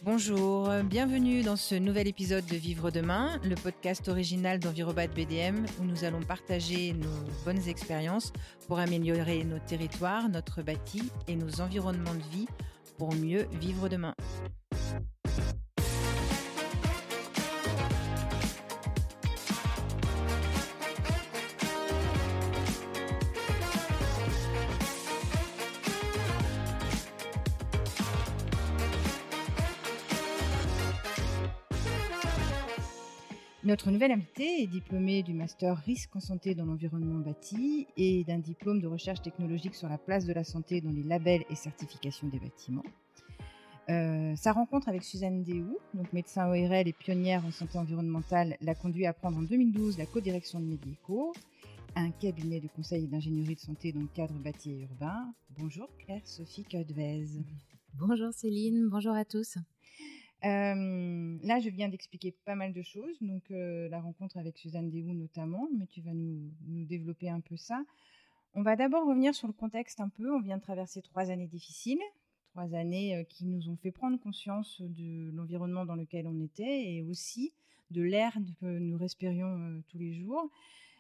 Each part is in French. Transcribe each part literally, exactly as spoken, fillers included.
Bonjour, bienvenue dans ce nouvel épisode de Vivre demain, le podcast original d'Envirobat B D M où nous allons partager nos bonnes expériences pour améliorer nos territoires, notre bâti et nos environnements de vie pour mieux vivre demain. Notre nouvelle invitée est diplômée du master risque en santé dans l'environnement bâti et d'un diplôme de recherche technologique sur la place de la santé dans les labels et certifications des bâtiments. Euh, sa rencontre avec Suzanne Déhoux, donc médecin O R L et pionnière en santé environnementale, l'a conduit à prendre en deux mille douze la codirection de Medieco, un cabinet de conseil et d'ingénierie de santé dans le cadre bâti et urbain. Bonjour Claire-Sophie Codvez. Bonjour Céline, bonjour à tous. Euh, là, je viens d'expliquer pas mal de choses, donc euh, la rencontre avec Suzanne Déhoux notamment, mais tu vas nous, nous développer un peu ça. On va d'abord revenir sur le contexte un peu. On vient de traverser trois années difficiles, trois années euh, qui nous ont fait prendre conscience de l'environnement dans lequel on était et aussi de l'air que nous respirions euh, tous les jours.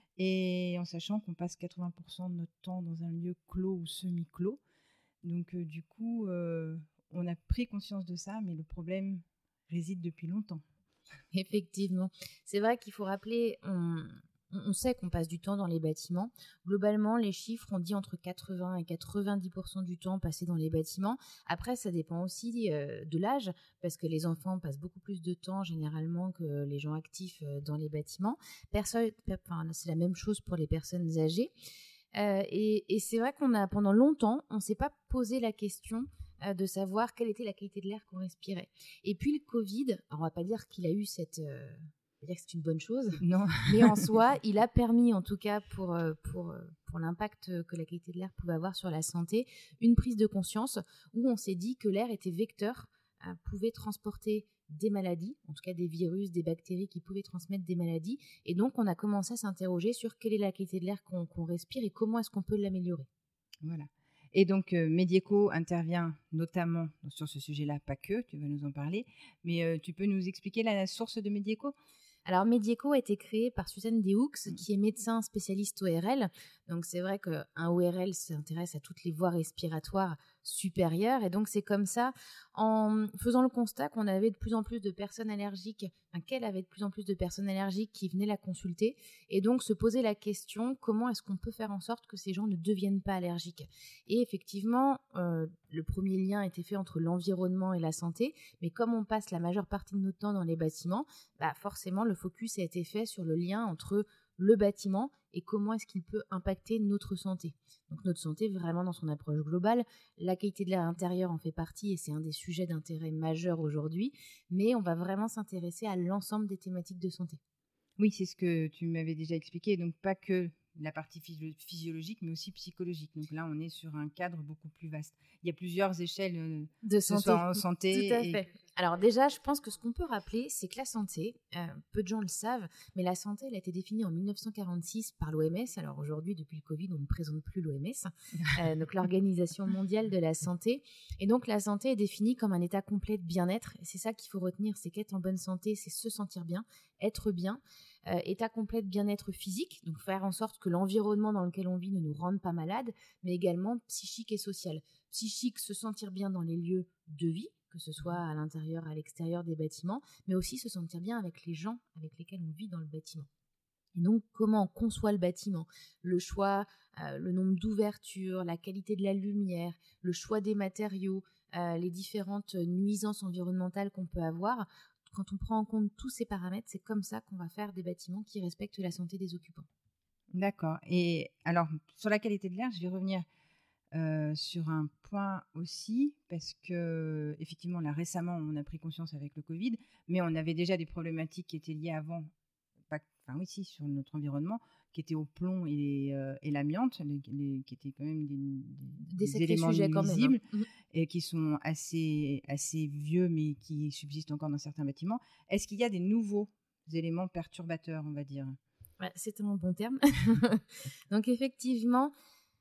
Et en sachant qu'on passe quatre-vingts pour cent de notre temps dans un lieu clos ou semi-clos. Donc euh, du coup, euh, on a pris conscience de ça, mais le problème réside depuis longtemps. Effectivement. C'est vrai qu'il faut rappeler, on, on sait qu'on passe du temps dans les bâtiments. Globalement, les chiffres ont dit entre quatre-vingts et quatre-vingt-dix pour cent du temps passé dans les bâtiments. Après, ça dépend aussi euh, de l'âge, parce que les enfants passent beaucoup plus de temps généralement que les gens actifs euh, dans les bâtiments. Personne, enfin, c'est la même chose pour les personnes âgées. Euh, et, et c'est vrai qu'on a, pendant longtemps, on ne s'est pas posé la question euh, de savoir quelle était la qualité de l'air qu'on respirait. Et puis le Covid, alors on va pas dire qu'il a eu cette, euh, on va dire que c'est une bonne chose, non. Mais en soi, il a permis, en tout cas pour pour pour l'impact que la qualité de l'air pouvait avoir sur la santé, une prise de conscience où on s'est dit que l'air était vecteur, euh, pouvait transporter des maladies, en tout cas des virus, des bactéries qui pouvaient transmettre des maladies. Et donc, on a commencé à s'interroger sur quelle est la qualité de l'air qu'on, qu'on respire et comment est-ce qu'on peut l'améliorer. Voilà. Et donc, euh, Medieco intervient notamment sur ce sujet-là, pas que, tu vas nous en parler, mais euh, tu peux nous expliquer la source de Medieco ? Alors, Medieco a été créé par Suzanne Déhoux, qui est médecin spécialiste O R L. Donc, c'est vrai qu'un O R L s'intéresse à toutes les voies respiratoires supérieures. Et donc, c'est comme ça, en faisant le constat qu'on avait de plus en plus de personnes allergiques, enfin, qu'elle avait de plus en plus de personnes allergiques qui venaient la consulter. Et donc, se poser la question, comment est-ce qu'on peut faire en sorte que ces gens ne deviennent pas allergiques ? Et effectivement, euh, le premier lien était fait entre l'environnement et la santé. Mais comme on passe la majeure partie de notre temps dans les bâtiments, bah forcément, le focus a été fait sur le lien entre le bâtiment et comment est-ce qu'il peut impacter notre santé. Donc notre santé vraiment dans son approche globale. La qualité de l'air intérieur en fait partie et c'est un des sujets d'intérêt majeur aujourd'hui, mais on va vraiment s'intéresser à l'ensemble des thématiques de santé. Oui, c'est ce que tu m'avais déjà expliqué, donc pas que la partie physiologique, mais aussi psychologique. Donc là, on est sur un cadre beaucoup plus vaste. Il y a plusieurs échelles de santé. Ce soit en santé. Tout à fait. Et... Alors déjà, je pense que ce qu'on peut rappeler, c'est que la santé, euh, peu de gens le savent, mais la santé, elle a été définie en dix-neuf cent quarante-six par l'O M S. Alors aujourd'hui, depuis le Covid, on ne présente plus l'O M S, euh, donc l'Organisation mondiale de la santé. Et donc la santé est définie comme un état complet de bien-être. Et c'est ça qu'il faut retenir, c'est qu'être en bonne santé, c'est se sentir bien, être bien. Euh, état complet de bien-être physique, donc faire en sorte que l'environnement dans lequel on vit ne nous rende pas malade, mais également psychique et social. Psychique, se sentir bien dans les lieux de vie, que ce soit à l'intérieur, à l'extérieur des bâtiments, mais aussi se sentir bien avec les gens avec lesquels on vit dans le bâtiment. Et donc, comment on conçoit le bâtiment ? Le choix, euh, le nombre d'ouvertures, la qualité de la lumière, le choix des matériaux, euh, les différentes nuisances environnementales qu'on peut avoir. Quand on prend en compte tous ces paramètres, c'est comme ça qu'on va faire des bâtiments qui respectent la santé des occupants. D'accord. Et alors, sur la qualité de l'air, je vais revenir euh, sur un point aussi, parce que effectivement, là récemment, on a pris conscience avec le Covid, mais on avait déjà des problématiques qui étaient liées avant, pas, enfin oui, si, sur notre environnement, qui étaient au plomb et, euh, et l'amiante, les, les, qui étaient quand même des, des, des, des éléments nuisibles hein. Et qui sont assez, assez vieux, mais qui subsistent encore dans certains bâtiments. Est-ce qu'il y a des nouveaux éléments perturbateurs, on va dire ? Ouais, c'est un bon terme. Donc effectivement,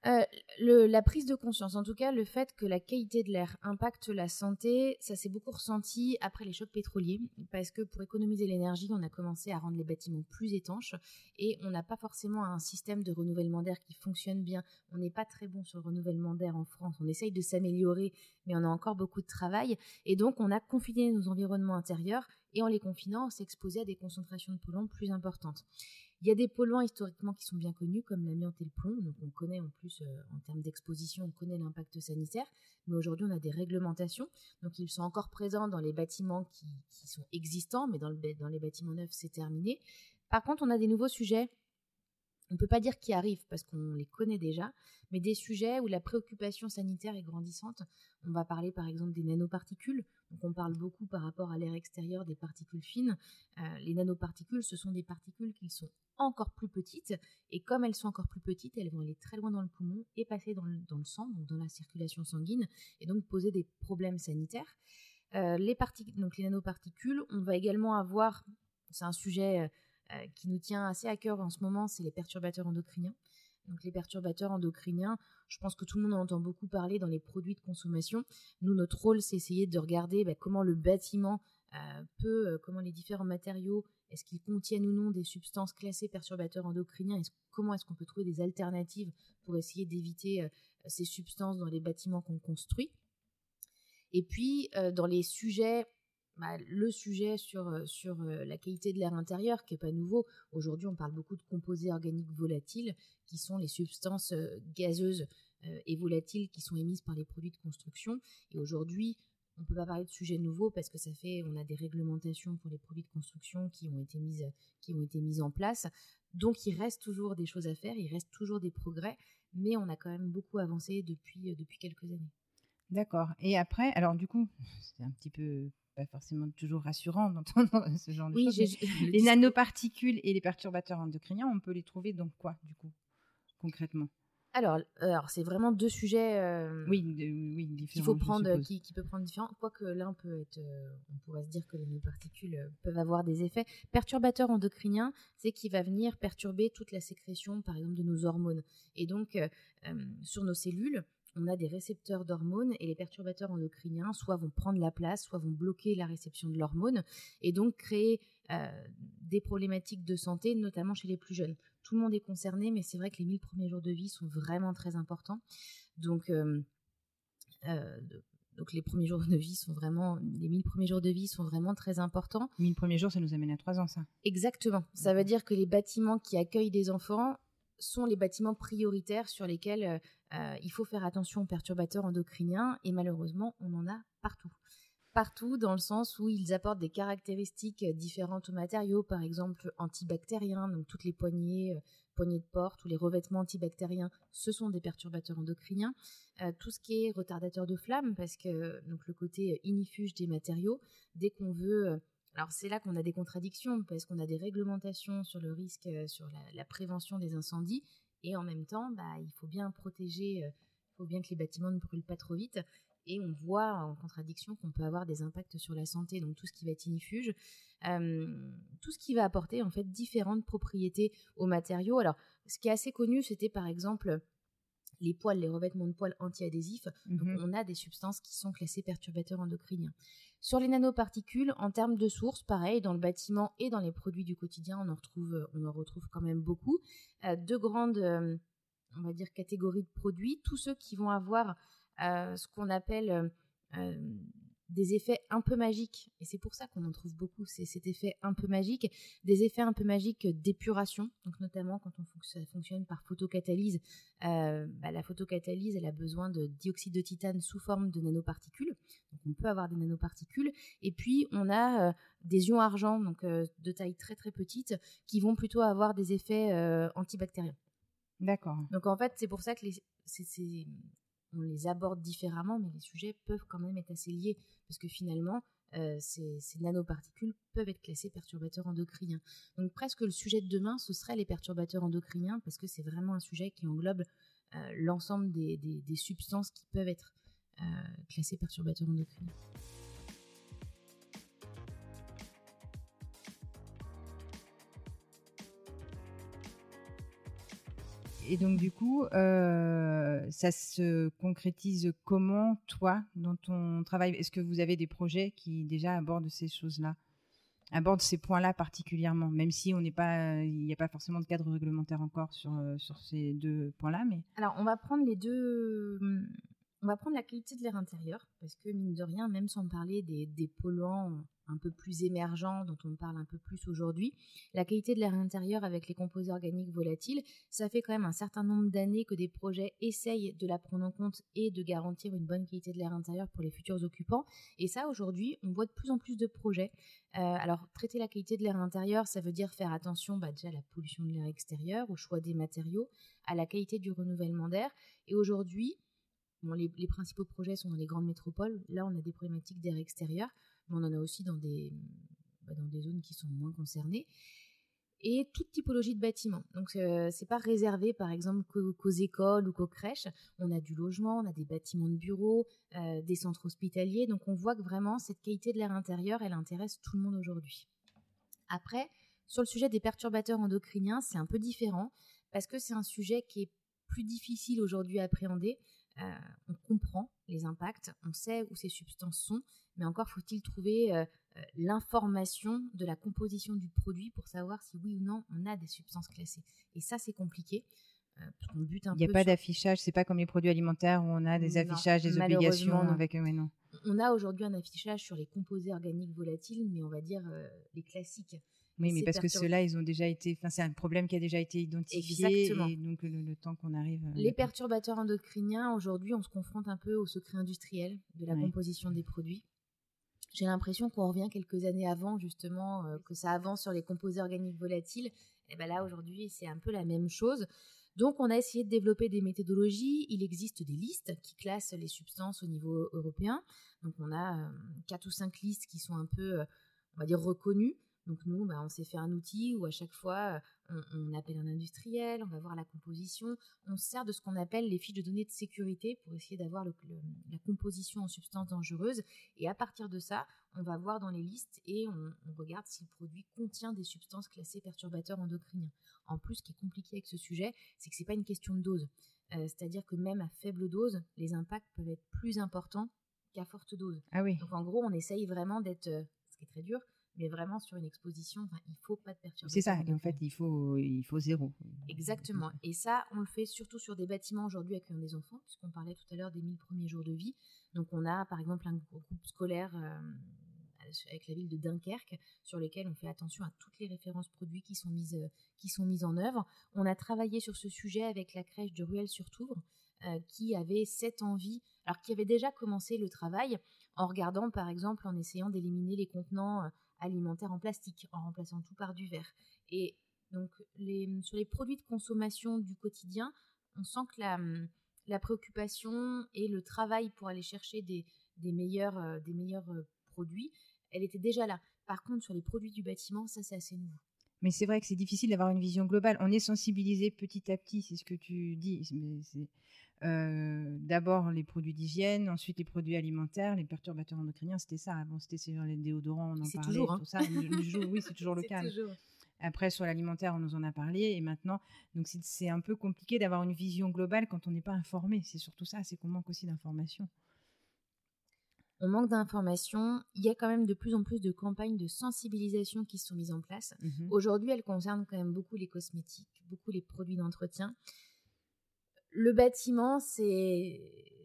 Euh, le, la prise de conscience, en tout cas le fait que la qualité de l'air impacte la santé, ça s'est beaucoup ressenti après les chocs pétroliers, parce que pour économiser l'énergie, on a commencé à rendre les bâtiments plus étanches et on n'a pas forcément un système de renouvellement d'air qui fonctionne bien. On n'est pas très bon sur le renouvellement d'air en France, on essaye de s'améliorer, mais on a encore beaucoup de travail, et donc on a confiné nos environnements intérieurs, et en les confinant, on s'est exposé à des concentrations de polluants plus importantes. Il y a des polluants historiquement qui sont bien connus, comme l'amiante et le plomb. Donc on connaît en plus, euh, en termes d'exposition, on connaît l'impact sanitaire. Mais aujourd'hui, on a des réglementations. Donc ils sont encore présents dans les bâtiments qui, qui sont existants, mais dans, le, dans les bâtiments neufs, c'est terminé. Par contre, on a des nouveaux sujets. On ne peut pas dire qui arrivent parce qu'on les connaît déjà, mais des sujets où la préoccupation sanitaire est grandissante. On va parler par exemple des nanoparticules. Donc on parle beaucoup par rapport à l'air extérieur des particules fines. Euh, les nanoparticules, ce sont des particules qui sont encore plus petites, et comme elles sont encore plus petites, elles vont aller très loin dans le poumon et passer dans le, dans le sang, donc dans la circulation sanguine, et donc poser des problèmes sanitaires. Euh, les, partic- donc les nanoparticules, on va également avoir, c'est un sujet... Euh, Euh, qui nous tient assez à cœur en ce moment, c'est les perturbateurs endocriniens. Donc les perturbateurs endocriniens, je pense que tout le monde en entend beaucoup parler dans les produits de consommation. Nous, notre rôle, c'est essayer de regarder bah, comment le bâtiment euh, peut, euh, comment les différents matériaux, est-ce qu'ils contiennent ou non des substances classées perturbateurs endocriniens, est-ce, comment est-ce qu'on peut trouver des alternatives pour essayer d'éviter euh, ces substances dans les bâtiments qu'on construit. Et puis, euh, dans les sujets... Bah, le sujet sur, sur la qualité de l'air intérieur, qui n'est pas nouveau. Aujourd'hui, on parle beaucoup de composés organiques volatiles, qui sont les substances gazeuses et volatiles qui sont émises par les produits de construction. Et aujourd'hui, on ne peut pas parler de sujet nouveau parce que ça fait, on a des réglementations pour les produits de construction qui ont été mises, qui ont été mises en place. Donc, il reste toujours des choses à faire, il reste toujours des progrès, mais on a quand même beaucoup avancé depuis, depuis quelques années. D'accord. Et après, alors du coup, c'est un petit peu pas forcément toujours rassurant d'entendre ce genre de oui, choses. J'ai, les discours... nanoparticules et les perturbateurs endocriniens, on peut les trouver donc quoi, du coup, concrètement? Alors, alors c'est vraiment deux sujets euh, oui, de, oui, différents, qu'il faut prendre, qui, qui peut prendre différents. Quoique l'un peut être, euh, on pourrait se dire que les nanoparticules euh, peuvent avoir des effets. Perturbateur endocrinien, c'est qui va venir perturber toute la sécrétion, par exemple, de nos hormones. Et donc, euh, euh, sur nos cellules, on a des récepteurs d'hormones, et les perturbateurs endocriniens soit vont prendre la place, soit vont bloquer la réception de l'hormone, et donc créer euh, des problématiques de santé, notamment chez les plus jeunes. Tout le monde est concerné, mais c'est vrai que les mille premiers jours de vie sont vraiment très importants. Donc, euh, euh, donc les premiers jours de vie sont vraiment, les mille premiers jours de vie sont vraiment très importants. mille premiers jours, ça nous amène à trois ans, ça. Exactement. Ça veut dire que les bâtiments qui accueillent des enfants sont les bâtiments prioritaires sur lesquels euh, il faut faire attention aux perturbateurs endocriniens, et malheureusement, on en a partout. Partout, dans le sens où ils apportent des caractéristiques différentes aux matériaux, par exemple antibactériens, donc toutes les poignées, euh, poignées de porte ou les revêtements antibactériens, ce sont des perturbateurs endocriniens. Euh, tout ce qui est retardateur de flamme, parce que donc le côté ignifuge des matériaux, dès qu'on veut... Euh, alors c'est là qu'on a des contradictions, parce qu'on a des réglementations sur le risque, euh, sur la, la prévention des incendies, et en même temps, bah, il faut bien protéger, euh, il faut bien que les bâtiments ne brûlent pas trop vite. Et on voit en contradiction qu'on peut avoir des impacts sur la santé, donc tout ce qui va être ignifuge, euh, tout ce qui va apporter en fait différentes propriétés aux matériaux. Alors, ce qui est assez connu, c'était par exemple les poils, les revêtements de poils anti-adhésifs. Mm-hmm. Donc, on a des substances qui sont classées perturbateurs endocriniens. Sur les nanoparticules, en termes de sources, pareil, dans le bâtiment et dans les produits du quotidien, on en retrouve, on en retrouve quand même beaucoup. Euh, deux grandes, euh, on va dire, catégories de produits. Tous ceux qui vont avoir Euh, ce qu'on appelle euh, euh, des effets un peu magiques, et c'est pour ça qu'on en trouve beaucoup, c'est cet effet un peu magique, des effets un peu magiques d'épuration, donc notamment quand on fonc- ça fonctionne par photocatalyse, euh, bah, la photocatalyse elle a besoin de dioxyde de titane sous forme de nanoparticules, donc on peut avoir des nanoparticules, et puis on a euh, des ions argent, donc euh, de taille très très petite, qui vont plutôt avoir des effets euh, antibactériens. D'accord. Donc en fait c'est pour ça que les, c'est, c'est on les aborde différemment, mais les sujets peuvent quand même être assez liés, parce que finalement, euh, ces, ces nanoparticules peuvent être classées perturbateurs endocriniens. Donc presque le sujet de demain, ce serait les perturbateurs endocriniens, parce que c'est vraiment un sujet qui englobe euh, l'ensemble des, des, des substances qui peuvent être euh, classées perturbateurs endocriniens. Et donc, du coup, euh, ça se concrétise comment, toi, dans ton travail? Est-ce que vous avez des projets qui déjà abordent ces choses-là, abordent ces points-là particulièrement, même si on n'est pas, il n'y a pas forcément de cadre réglementaire encore sur, euh, sur ces deux points-là, mais... Alors, on va prendre les deux. On va prendre la qualité de l'air intérieur, parce que mine de rien, même sans parler des, des polluants un peu plus émergents dont on parle un peu plus aujourd'hui, la qualité de l'air intérieur avec les composés organiques volatiles, ça fait quand même un certain nombre d'années que des projets essayent de la prendre en compte et de garantir une bonne qualité de l'air intérieur pour les futurs occupants. Et ça, aujourd'hui, on voit de plus en plus de projets. Euh, alors, traiter la qualité de l'air intérieur, ça veut dire faire attention bah, déjà à la pollution de l'air extérieur, au choix des matériaux, à la qualité du renouvellement d'air. Et aujourd'hui, bon, les, les principaux projets sont dans les grandes métropoles. Là, on a des problématiques d'air extérieur, mais on en a aussi dans des, bah, dans des zones qui sont moins concernées. Et toute typologie de bâtiments. Donc, euh, c'est pas réservé, par exemple, qu'aux, qu'aux écoles ou qu'aux crèches. On a du logement, on a des bâtiments de bureaux, euh, des centres hospitaliers. Donc, on voit que vraiment, cette qualité de l'air intérieur, elle intéresse tout le monde aujourd'hui. Après, sur le sujet des perturbateurs endocriniens, c'est un peu différent parce que c'est un sujet qui est plus difficile aujourd'hui à appréhender. Euh, on comprend les impacts, on sait où ces substances sont, mais encore faut-il trouver euh, euh, l'information de la composition du produit pour savoir si oui ou non on a des substances classées. Et ça, c'est compliqué. Euh, on bute un Il n'y a peu pas sur... d'affichage, c'est pas comme les produits alimentaires où on a des Non, affichages, des malheureusement, obligations non. avec... Ouais, non. On a aujourd'hui un affichage sur les composés organiques volatiles, mais on va dire euh, les classiques. Oui, Et mais c'est parce que perturb- ceux-là, ils ont déjà été... Enfin, c'est un problème qui a déjà été identifié. Exactement. Et donc, le, le temps qu'on arrive... Les perturbateurs endocriniens, aujourd'hui, on se confronte un peu au secret industriel de la Ouais. composition des produits. J'ai l'impression qu'on revient quelques années avant, justement, euh, que ça avance sur les composés organiques volatiles. Et ben là, aujourd'hui, c'est un peu la même chose. Donc, on a essayé de développer des méthodologies. Il existe des listes qui classent les substances au niveau européen. Donc, on a euh, quatre ou cinq listes qui sont un peu, euh, on va dire, reconnues. Donc, nous, bah, on s'est fait un outil où à chaque fois, on, on appelle un industriel, on va voir la composition. On se sert de ce qu'on appelle les fiches de données de sécurité pour essayer d'avoir le, le, la composition en substances dangereuses. Et à partir de ça, on va voir dans les listes et on, on regarde si le produit contient des substances classées perturbateurs endocriniens. En plus, ce qui est compliqué avec ce sujet, c'est que ce n'est pas une question de dose. Euh, c'est-à-dire que même à faible dose, les impacts peuvent être plus importants qu'à forte dose. Ah oui. Donc en gros, on essaye vraiment d'être, euh, ce qui est très dur, mais vraiment sur une exposition, il ne faut pas de perturbateurs. C'est ça, et en fait, il faut, il faut zéro. Exactement. Et ça, on le fait surtout sur des bâtiments aujourd'hui accueillant des enfants, puisqu'on parlait tout à l'heure des mille premiers jours de vie. Donc on a par exemple un groupe scolaire euh, avec la ville de Dunkerque, sur lesquels on fait attention à toutes les références produits qui sont mises, euh, qui sont mises en œuvre. On a travaillé sur ce sujet avec la crèche de Rueil-sur-Touvre, euh, qui avait cette envie, alors qui avait déjà commencé le travail en regardant par exemple, en essayant d'éliminer les contenants euh, alimentaires en plastique, en remplaçant tout par du verre. Et donc, les, sur les produits de consommation du quotidien, on sent que la, la préoccupation et le travail pour aller chercher des, des meilleurs, euh, des meilleurs euh, produits, elle était déjà là. Par contre, sur les produits du bâtiment, ça, c'est assez nouveau. Mais c'est vrai que c'est difficile d'avoir une vision globale. On est sensibilisé petit à petit, c'est ce que tu dis. Mais c'est, euh, d'abord les produits d'hygiène, ensuite les produits alimentaires, les perturbateurs endocriniens, c'était ça. Avant, c'était sur les déodorants, on en c'est parlait, toujours, hein. tout ça. Le, le jour, oui, c'est toujours le c'est cas. Toujours. Après, sur l'alimentaire, on nous en a parlé. Et maintenant, donc c'est, c'est un peu compliqué d'avoir une vision globale quand on n'est pas informé. C'est surtout ça, c'est qu'on manque aussi d'informations. On manque d'informations. Il y a quand même de plus en plus de campagnes de sensibilisation qui sont mises en place. Mmh. Aujourd'hui, elles concernent quand même beaucoup les cosmétiques, beaucoup les produits d'entretien. Le bâtiment, c'est...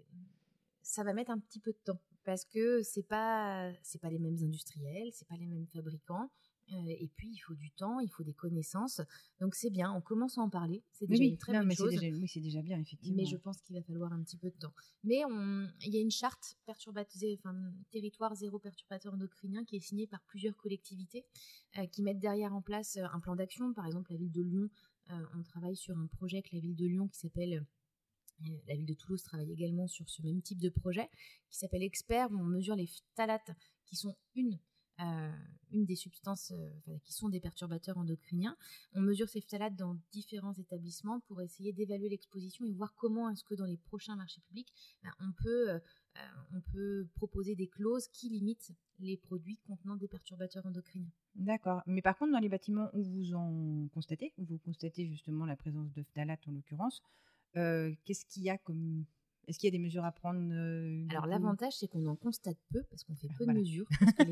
ça va mettre un petit peu de temps parce que c'est pas, c'est pas les mêmes industriels, c'est pas les mêmes fabricants. Euh, et puis, il faut du temps, il faut des connaissances. Donc, c'est bien, on commence à en parler. C'est déjà oui, une très non, bonne mais chose. C'est déjà, oui, c'est déjà bien, effectivement. Mais je pense qu'il va falloir un petit peu de temps. Mais on, il y a une charte perturbatisée, enfin, territoire zéro perturbateur endocrinien qui est signée par plusieurs collectivités euh, qui mettent derrière en place un plan d'action. Par exemple, la ville de Lyon, euh, on travaille sur un projet avec la ville de Lyon qui s'appelle... La ville de Toulouse travaille également sur ce même type de projet qui s'appelle Expert, où on mesure les phtalates qui sont une, euh, une des substances euh, enfin, qui sont des perturbateurs endocriniens. On mesure ces phtalates dans différents établissements pour essayer d'évaluer l'exposition et voir comment est-ce que dans les prochains marchés publics, ben, on peut, euh, on peut peut proposer des clauses qui limitent les produits contenant des perturbateurs endocriniens. D'accord. Mais par contre, dans les bâtiments où vous en constatez, où vous constatez justement la présence de phtalate en l'occurrence, euh, qu'est-ce qu'il y a comme... Est-ce qu'il y a des mesures à prendre euh, Alors, du coup l'avantage, c'est qu'on en constate peu parce qu'on fait peu Voilà. de mesures. Parce que les...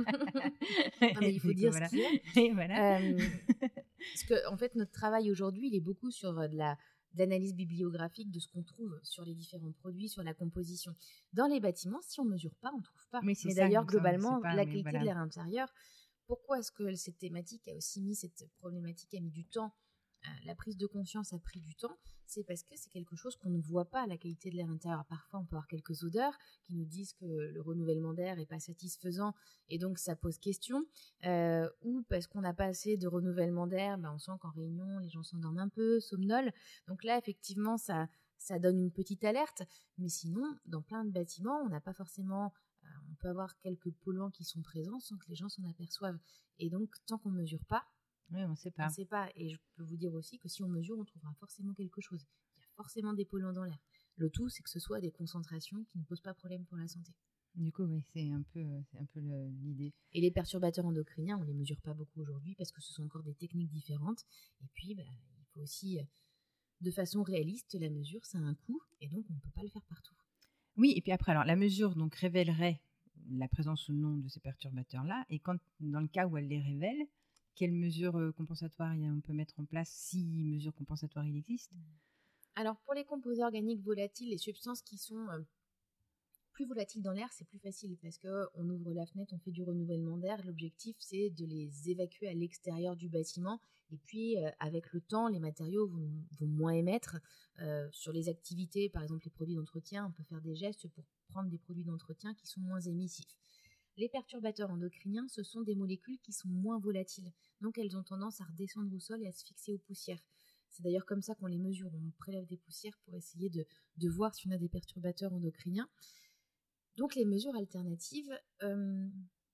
non, mais il faut dire voilà. ce qu'il y a. Et voilà. Euh, parce que, en fait, notre travail aujourd'hui, il est beaucoup sur de la, de l'analyse bibliographique de ce qu'on trouve sur les différents produits, sur la composition. Dans les bâtiments, si on ne mesure pas, on ne trouve pas. Oui, c'est Mais ça, d'ailleurs, donc ça, on ne sait globalement, pas, la mais qualité voilà. de l'air intérieur, pourquoi est-ce que cette thématique a aussi mis, cette problématique a mis du temps, euh, la prise de conscience a pris du temps, c'est parce que c'est quelque chose qu'on ne voit pas, la qualité de l'air intérieur. Parfois, on peut avoir quelques odeurs qui nous disent que le renouvellement d'air n'est pas satisfaisant et donc ça pose question. Euh, ou parce qu'on n'a pas assez de renouvellement d'air, ben on sent qu'en réunion, les gens s'endorment un peu, somnolent. Donc là, effectivement, ça, ça donne une petite alerte. Mais sinon, dans plein de bâtiments, on n'a pas forcément... Euh, on peut avoir quelques polluants qui sont présents sans que les gens s'en aperçoivent. Et donc, tant qu'on ne mesure pas, Oui, on ne sait on ne pas. sait pas. Et je peux vous dire aussi que si on mesure, on trouvera forcément quelque chose. Il y a forcément des polluants dans l'air. Le tout, c'est que ce soit des concentrations qui ne posent pas problème pour la santé. Du coup, oui, c'est un peu, c'est un peu le- l'idée. Et les perturbateurs endocriniens, on ne les mesure pas beaucoup aujourd'hui parce que ce sont encore des techniques différentes. Et puis, bah, il faut aussi, euh, de façon réaliste, la mesure, ça a un coût. Et donc, on ne peut pas le faire partout. Oui, et puis après, alors la mesure donc révélerait la présence ou non de ces perturbateurs-là, et quand, dans le cas où elle les révèle, quelles mesures euh, compensatoires il y a- on peut mettre en place si mesures compensatoires il existe? Alors, pour les composés organiques volatiles, les substances qui sont euh, plus volatiles dans l'air, c'est plus facile parce qu'on ouvre la fenêtre, on fait du renouvellement d'air. L'objectif, c'est de les évacuer à l'extérieur du bâtiment. Et puis, euh, avec le temps, les matériaux vont, vont moins émettre. Euh, sur les activités, par exemple les produits d'entretien, on peut faire des gestes pour prendre des produits d'entretien qui sont moins émissifs. Les perturbateurs endocriniens, ce sont des molécules qui sont moins volatiles. Donc, elles ont tendance à redescendre au sol et à se fixer aux poussières. C'est d'ailleurs comme ça qu'on les mesure. On prélève des poussières pour essayer de, de voir si on a des perturbateurs endocriniens. Donc, les mesures alternatives, euh,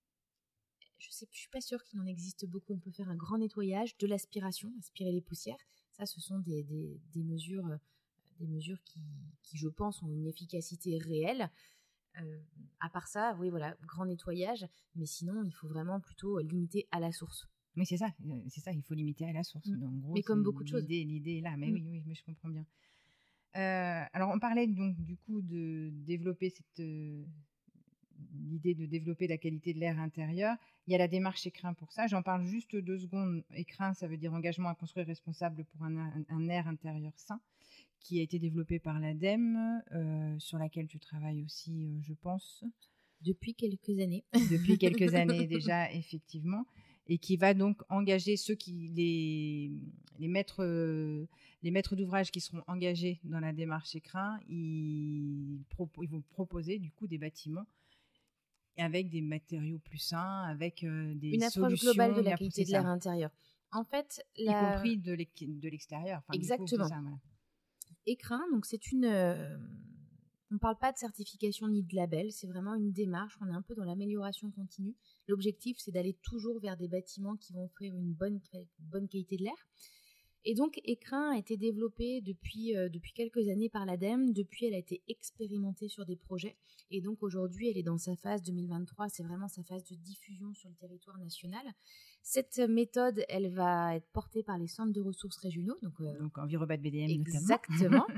je ne suis pas sûre qu'il en existe beaucoup. On peut faire un grand nettoyage, de l'aspiration, aspirer les poussières. Ça, ce sont des, des, des mesures, euh, des mesures qui, qui, je pense, ont une efficacité réelle. Euh, à part ça, oui, voilà, grand nettoyage. Mais sinon, il faut vraiment plutôt limiter à la source. Oui, c'est ça, euh, c'est ça, il faut limiter à la source. Mmh. En gros, mais comme c'est beaucoup de choses. l'idée, l'idée est là, mais Mmh. oui, oui, mais je comprends bien. Euh, alors, on parlait donc du coup de développer cette euh, l'idée de développer la qualité de l'air intérieur. Il y a la démarche Écrin pour ça. J'en parle juste deux secondes. Écrin, ça veut dire engagement à construire responsable pour un, un, un air intérieur sain, qui a été développée par l'ADEME, euh, sur laquelle tu travailles aussi, euh, je pense. Depuis quelques années. Depuis quelques années déjà, effectivement. Et qui va donc engager ceux qui, les, les maîtres, euh, les maîtres d'ouvrage qui seront engagés dans la démarche Écrin, ils, propo- ils vont proposer du coup des bâtiments avec des matériaux plus sains, avec euh, des Une approche solutions globale de la bien qualité de l'air intérieur. En fait, la... y compris de, l'ex- de l'extérieur. Enfin, exactement. Du coup, c'est ça, voilà. Écrin, donc c'est une... Euh... On ne parle pas de certification ni de label, c'est vraiment une démarche, on est un peu dans l'amélioration continue. L'objectif, c'est d'aller toujours vers des bâtiments qui vont offrir une bonne, bonne qualité de l'air. Et donc, Écrin a été développée depuis, euh, depuis quelques années par l'ADEME. Depuis, elle a été expérimentée sur des projets. Et donc, aujourd'hui, elle est dans sa phase deux mille vingt-trois. C'est vraiment sa phase de diffusion sur le territoire national. Cette méthode, elle va être portée par les centres de ressources régionaux. Donc, euh, donc Envirobat B D M exactement.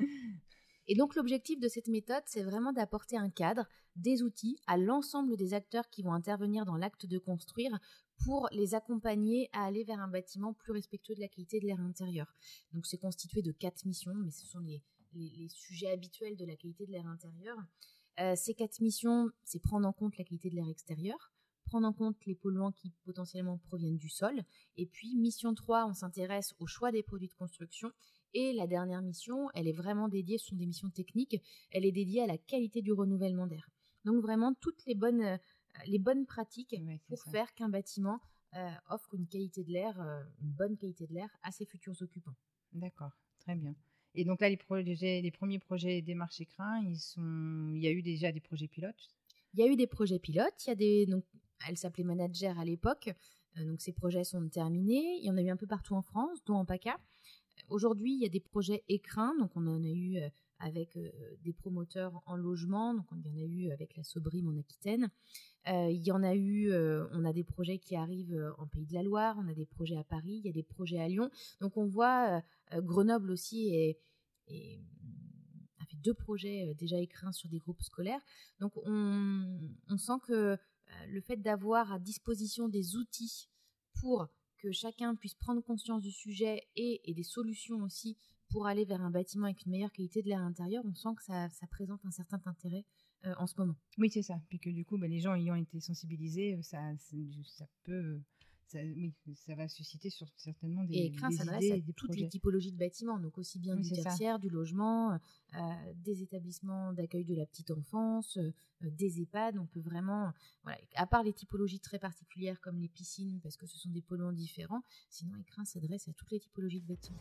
Et donc, l'objectif de cette méthode, c'est vraiment d'apporter un cadre, des outils à l'ensemble des acteurs qui vont intervenir dans l'acte de construire pour les accompagner à aller vers un bâtiment plus respectueux de la qualité de l'air intérieur. Donc, c'est constitué de quatre missions, mais ce sont les, les, les sujets habituels de la qualité de l'air intérieur. Euh, ces quatre missions, c'est prendre en compte la qualité de l'air extérieur, prendre en compte les polluants qui potentiellement proviennent du sol. Et puis, mission trois, on s'intéresse au choix des produits de construction. Et la dernière mission, elle est vraiment dédiée, ce sont des missions techniques, elle est dédiée à la qualité du renouvellement d'air. Donc vraiment toutes les bonnes, euh, les bonnes pratiques ouais, pour ça. faire qu'un bâtiment euh, offre une qualité de l'air, euh, une bonne qualité de l'air à ses futurs occupants. D'accord, très bien. Et donc là, les, projets, les premiers projets démarche Écrin, ils sont... il y a eu déjà des projets pilotes? Il y a eu des projets pilotes, il y a des... donc, elle s'appelait Manager à l'époque, euh, donc ces projets sont terminés, il y en a eu un peu partout en France, dont en PACA. Aujourd'hui, il y a des projets Écrin, donc on en a eu avec euh, des promoteurs en logement. Donc, il y en a eu avec la Sobrime en Aquitaine. Euh, il y en a eu, euh, on a des projets qui arrivent en Pays de la Loire, on a des projets à Paris, il y a des projets à Lyon. Donc, on voit euh, Grenoble aussi et, et a fait deux projets euh, déjà écrins sur des groupes scolaires. Donc, on, on sent que euh, le fait d'avoir à disposition des outils pour que chacun puisse prendre conscience du sujet et, et des solutions aussi pour aller vers un bâtiment avec une meilleure qualité de l'air intérieur, on sent que ça, ça présente un certain intérêt euh, en ce moment. Oui, c'est ça. Puis que du coup, bah, les gens ayant été sensibilisés, ça, ça peut... Ça, oui, ça va susciter sur, certainement des, et Écrin des s'adresse idées à et des toutes projets. les typologies de bâtiments, donc aussi bien oui, du tertiaire, du logement, euh, des établissements d'accueil de la petite enfance, euh, des EHPAD. On peut vraiment, voilà, à part les typologies très particulières comme les piscines, parce que ce sont des polluants différents, sinon Écrin s'adresse à toutes les typologies de bâtiments.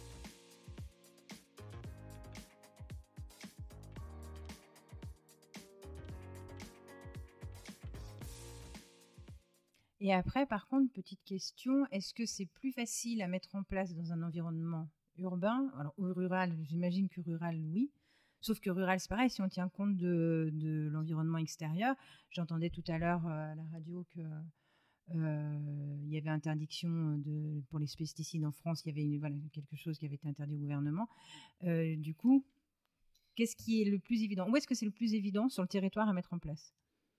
Et après, par contre, petite question, est-ce que c'est plus facile à mettre en place dans un environnement urbain, alors, ou rural? J'imagine que rural, oui. Sauf que rural, c'est pareil, si on tient compte de, de l'environnement extérieur. J'entendais tout à l'heure euh, à la radio que euh, il y avait interdiction de, pour les pesticides en France, il y avait une, voilà, quelque chose qui avait été interdit au gouvernement. Euh, du coup, qu'est-ce qui est le plus évident? Où est-ce que c'est le plus évident sur le territoire à mettre en place?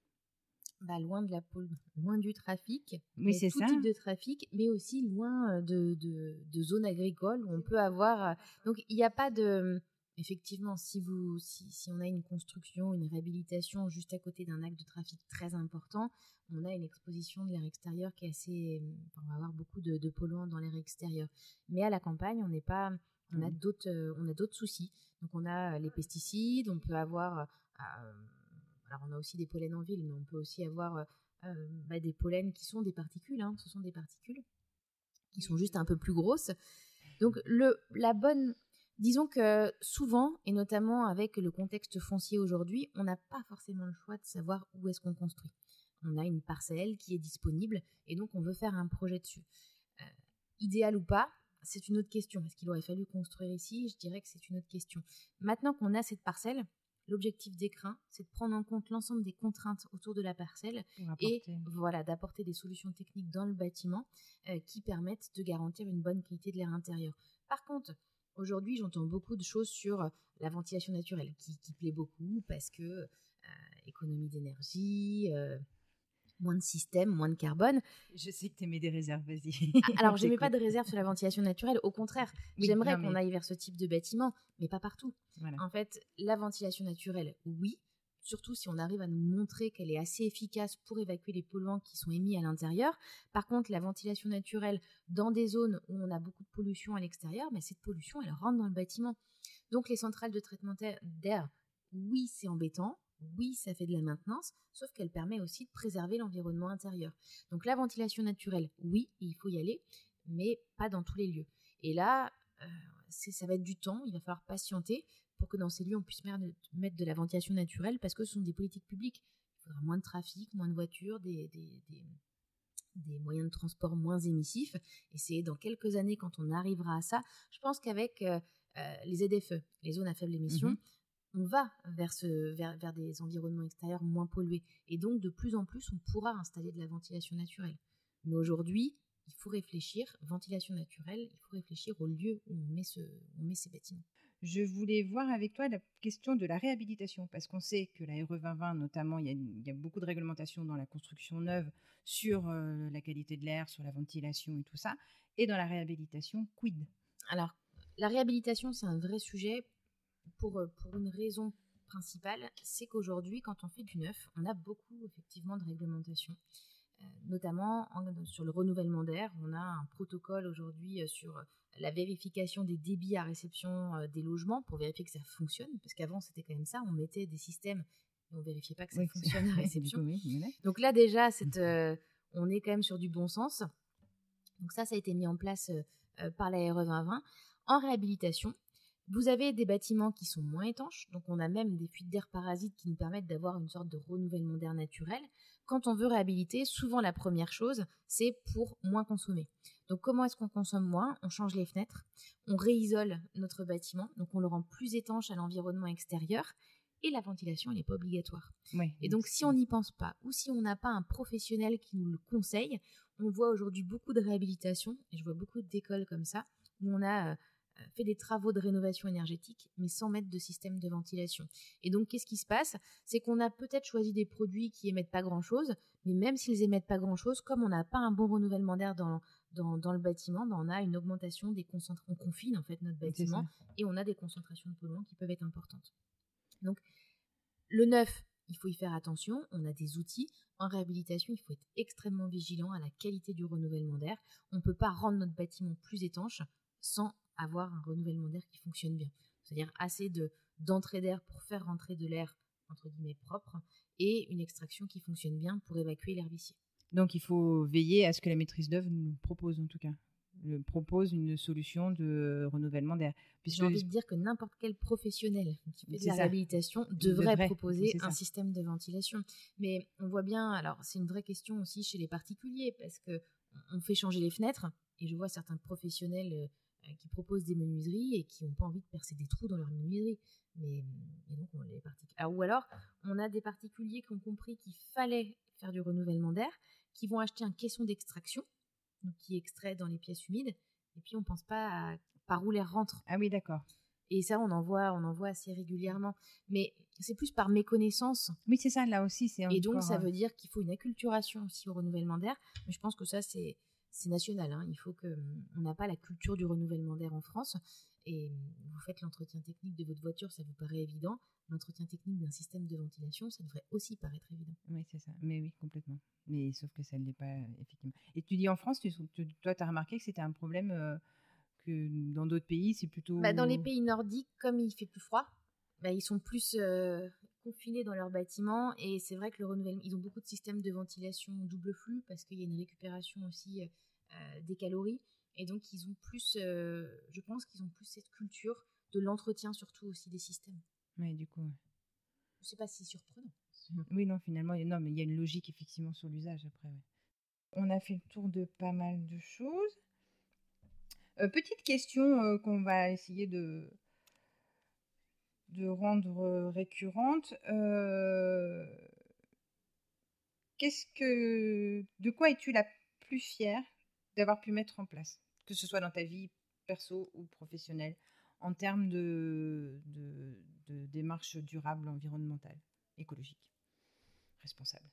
Bah, loin de la pôle, loin du trafic, oui, c'est tout ça. type de trafic, mais aussi loin de, de, de zones agricoles où on peut avoir. Donc il n'y a pas de. Effectivement, si, vous, si, si on a une construction, une réhabilitation juste à côté d'un axe de trafic très important, on a une exposition de l'air extérieur qui est assez. On va avoir beaucoup de, de polluants dans l'air extérieur. Mais à la campagne, on n'est pas. On a d'autres, on a d'autres soucis. Donc on a les pesticides, on peut avoir. Euh, Alors, on a aussi des pollens en ville, mais on peut aussi avoir euh, bah, des pollens qui sont des particules. Hein. Ce sont des particules qui sont juste un peu plus grosses. Donc, le, la bonne... Disons que souvent, et notamment avec le contexte foncier aujourd'hui, on n'a pas forcément le choix de savoir où est-ce qu'on construit. On a une parcelle qui est disponible, et donc on veut faire un projet dessus. Euh, idéal ou pas, c'est une autre question. Est-ce qu'il aurait fallu construire ici? Je dirais que c'est une autre question. Maintenant qu'on a cette parcelle, l'objectif d'Écrin, c'est de prendre en compte l'ensemble des contraintes autour de la parcelle et voilà, d'apporter des solutions techniques dans le bâtiment euh, qui permettent de garantir une bonne qualité de l'air intérieur. Par contre, aujourd'hui, j'entends beaucoup de choses sur la ventilation naturelle qui, qui plaît beaucoup parce que euh, économie d'énergie, euh, moins de système, moins de carbone. Je sais que tu émets des réserves, vas-y. Alors, je n'ai pas de réserve sur la ventilation naturelle. Au contraire, oui, j'aimerais qu'on mais... aille vers ce type de bâtiment, mais pas partout. Voilà. En fait, la ventilation naturelle, oui, surtout si on arrive à nous montrer qu'elle est assez efficace pour évacuer les polluants qui sont émis à l'intérieur. Par contre, la ventilation naturelle dans des zones où on a beaucoup de pollution à l'extérieur, mais cette pollution, elle rentre dans le bâtiment. Donc, les centrales de traitement d'air, oui, c'est embêtant. Oui, ça fait de la maintenance, sauf qu'elle permet aussi de préserver l'environnement intérieur. Donc la ventilation naturelle, oui, il faut y aller, mais pas dans tous les lieux. Et là, euh, ça va être du temps, il va falloir patienter pour que dans ces lieux, on puisse mettre de la ventilation naturelle parce que ce sont des politiques publiques. Il faudra moins de trafic, moins de voitures, des, des, des, des moyens de transport moins émissifs. Et c'est dans quelques années, quand on arrivera à ça, je pense qu'avec euh, euh, les Z F E, les zones à faible émission, mmh. on va vers, ce, vers, vers des environnements extérieurs moins pollués. Et donc, de plus en plus, on pourra installer de la ventilation naturelle. Mais aujourd'hui, il faut réfléchir, ventilation naturelle, il faut réfléchir au lieu où on met, ce, on met ces bâtiments. Je voulais voir avec toi la question de la réhabilitation, parce qu'on sait que la R E vingt vingt, notamment, il y a, il y a beaucoup de réglementations dans la construction neuve sur euh, la qualité de l'air, sur la ventilation et tout ça. Et dans la réhabilitation, quid? Alors, la réhabilitation, c'est un vrai sujet. Pour, pour une raison principale, c'est qu'aujourd'hui, quand on fait du neuf, on a beaucoup effectivement de réglementations, euh, notamment en, sur le renouvellement d'air. On a un protocole aujourd'hui sur la vérification des débits à réception euh, des logements pour vérifier que ça fonctionne, parce qu'avant c'était quand même ça, on mettait des systèmes et on vérifiait pas que ça oui, fonctionne à réception. Oui, oui, donc là déjà, cette, euh, on est quand même sur du bon sens. Donc ça, ça a été mis en place euh, par la R E vingt vingt. En réhabilitation, Vous avez des bâtiments qui sont moins étanches, donc on a même des fuites d'air parasites qui nous permettent d'avoir une sorte de renouvellement d'air naturel. Quand on veut réhabiliter, souvent la première chose, c'est pour moins consommer. Donc comment est-ce qu'on consomme moins ? On change les fenêtres, on réisole notre bâtiment, donc on le rend plus étanche à l'environnement extérieur, et la ventilation, elle n'est pas obligatoire. Ouais, et donc si on n'y pense pas, ou si on n'a pas un professionnel qui nous le conseille, on voit aujourd'hui beaucoup de réhabilitation, et je vois beaucoup d'écoles comme ça, où on a... Euh, fait des travaux de rénovation énergétique, mais sans mettre de système de ventilation. Et donc, qu'est-ce qui se passe ? C'est qu'on a peut-être choisi des produits qui émettent pas grand-chose, mais même s'ils émettent pas grand-chose, comme on n'a pas un bon renouvellement d'air dans, dans, dans le bâtiment, ben on a une augmentation des concentrations. On confine en fait notre bâtiment et on a des concentrations de polluants qui peuvent être importantes. Donc, le neuf, il faut y faire attention. On a des outils. En réhabilitation, il faut être extrêmement vigilant à la qualité du renouvellement d'air. On ne peut pas rendre notre bâtiment plus étanche sans avoir un renouvellement d'air qui fonctionne bien. C'est-à-dire assez de, d'entrée d'air pour faire rentrer de l'air, entre guillemets, propre, et une extraction qui fonctionne bien pour évacuer l'air vicié. Donc, il faut veiller à ce que la maîtrise d'œuvre nous propose, en tout cas, le, propose une solution de renouvellement d'air. Puisque j'ai envie de dire que n'importe quel professionnel qui fait de la réhabilitation devrait, devrait proposer un système de ventilation. Mais on voit bien, alors c'est une vraie question aussi chez les particuliers, parce qu'on fait changer les fenêtres, et je vois certains professionnels... Euh, qui proposent des menuiseries et qui n'ont pas envie de percer des trous dans leur menuiserie. Mais, et donc, on les partic... alors, ou alors, on a des particuliers qui ont compris qu'il fallait faire du renouvellement d'air, qui vont acheter un caisson d'extraction, donc qui extrait dans les pièces humides, et puis on ne pense pas à par où l'air rentre. Ah oui, d'accord. Et ça, on en voit, on en voit assez régulièrement. Mais c'est plus par méconnaissance. Oui, c'est ça, là aussi. C'est et donc, encore... ça veut dire qu'il faut une acculturation aussi au renouvellement d'air. Mais je pense que ça, c'est... c'est national, hein. Il faut que on n'a pas la culture du renouvellement d'air en France. Et vous faites l'entretien technique de votre voiture, ça vous paraît évident. L'entretien technique d'un système de ventilation, ça devrait aussi paraître évident. Oui, c'est ça. Mais oui, complètement. Mais sauf que ça ne l'est pas, effectivement. Et tu dis en France, tu, tu, toi, tu as remarqué que c'était un problème euh, que dans d'autres pays, c'est plutôt... Bah, dans les pays nordiques, comme il fait plus froid, bah, ils sont plus euh, confinés dans leurs bâtiments. Et c'est vrai que le renouvellement, ils ont beaucoup de systèmes de ventilation double flux parce qu'il y a une récupération aussi euh, des calories. Et donc, ils ont plus, euh, je pense qu'ils ont plus cette culture de l'entretien, surtout aussi des systèmes. Oui, du coup. Ouais. Je ne sais pas si c'est surprenant. Oui, non, finalement, non, mais il y a une logique effectivement sur l'usage après. Ouais. On a fait le tour de pas mal de choses. Euh, petite question euh, qu'on va essayer de, de rendre récurrente. Euh, qu'est-ce que, de quoi es-tu la plus fière d'avoir pu mettre en place, que ce soit dans ta vie perso ou professionnelle, en termes de, de, de démarche durable, environnementale, écologique, responsable.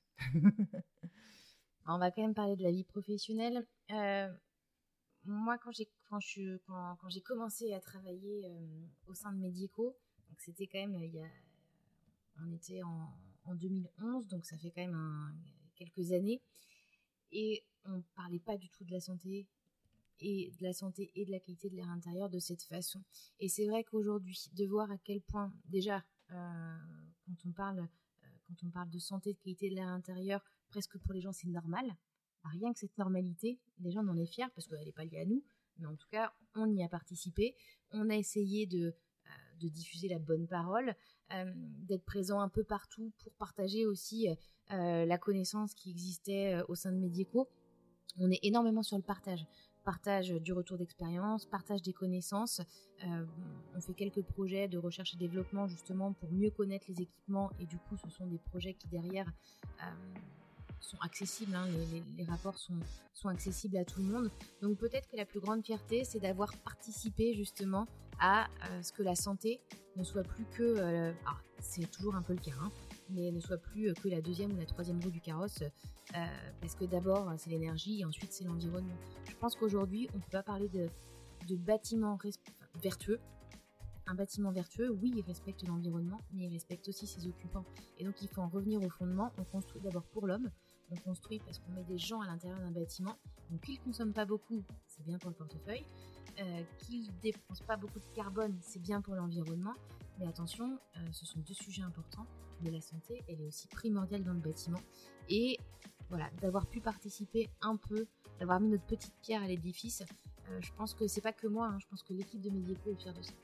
On va quand même parler de la vie professionnelle. Euh, moi, quand j'ai, quand, je, quand, quand j'ai commencé à travailler euh, au sein de Medico, donc c'était quand même, il y a, on était en, en deux mille onze, donc ça fait quand même un, quelques années, et on ne parlait pas du tout de la santé et de la santé et de la qualité de l'air intérieur de cette façon. Et c'est vrai qu'aujourd'hui, de voir à quel point, déjà, euh, quand on parle, euh, quand on parle de santé, de qualité de l'air intérieur, presque pour les gens, c'est normal. Rien que cette normalité, les gens en est fiers parce qu'elle n'est pas liée à nous, mais en tout cas, on y a participé. On a essayé de, euh, de diffuser la bonne parole, euh, d'être présent un peu partout pour partager aussi euh, la connaissance qui existait euh, au sein de Medico. On est énormément sur le partage. Partage du retour d'expérience, partage des connaissances. Euh, on fait quelques projets de recherche et développement justement pour mieux connaître les équipements et du coup, ce sont des projets qui derrière... Euh, sont accessibles, hein, les, les, les rapports sont, sont accessibles à tout le monde. Donc peut-être que la plus grande fierté, c'est d'avoir participé justement à euh, ce que la santé ne soit plus que, euh, alors, c'est toujours un peu le cas, hein, mais ne soit plus que la deuxième ou la troisième roue du carrosse, euh, parce que d'abord c'est l'énergie et ensuite c'est l'environnement. Je pense qu'aujourd'hui, on ne peut pas parler de, de bâtiments res- vertueux. Un bâtiment vertueux, oui, il respecte l'environnement, mais il respecte aussi ses occupants. Et donc il faut en revenir au fondement. On construit d'abord pour l'homme. On construit parce qu'on met des gens à l'intérieur d'un bâtiment. Donc qu'ils ne consomment pas beaucoup, c'est bien pour le portefeuille. Euh, qu'ils ne dépensent pas beaucoup de carbone, c'est bien pour l'environnement. Mais attention, euh, ce sont deux sujets importants. Mais la santé, elle est aussi primordiale dans le bâtiment. Et voilà, d'avoir pu participer un peu, d'avoir mis notre petite pierre à l'édifice, euh, je pense que c'est pas que moi, hein, je pense que l'équipe de Medico est fière de ça.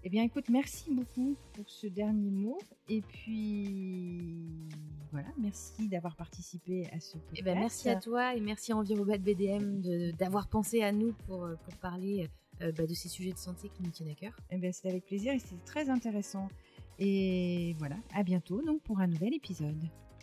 Eh bien, écoute, merci beaucoup pour ce dernier mot. Et puis, voilà, merci d'avoir participé à ce podcast. Eh ben, merci à toi et merci à Envirobad B D M de, d'avoir pensé à nous pour, pour parler euh, bah, de ces sujets de santé qui nous tiennent à cœur. Eh bien, c'était avec plaisir et c'était très intéressant. Et voilà, à bientôt donc pour un nouvel épisode.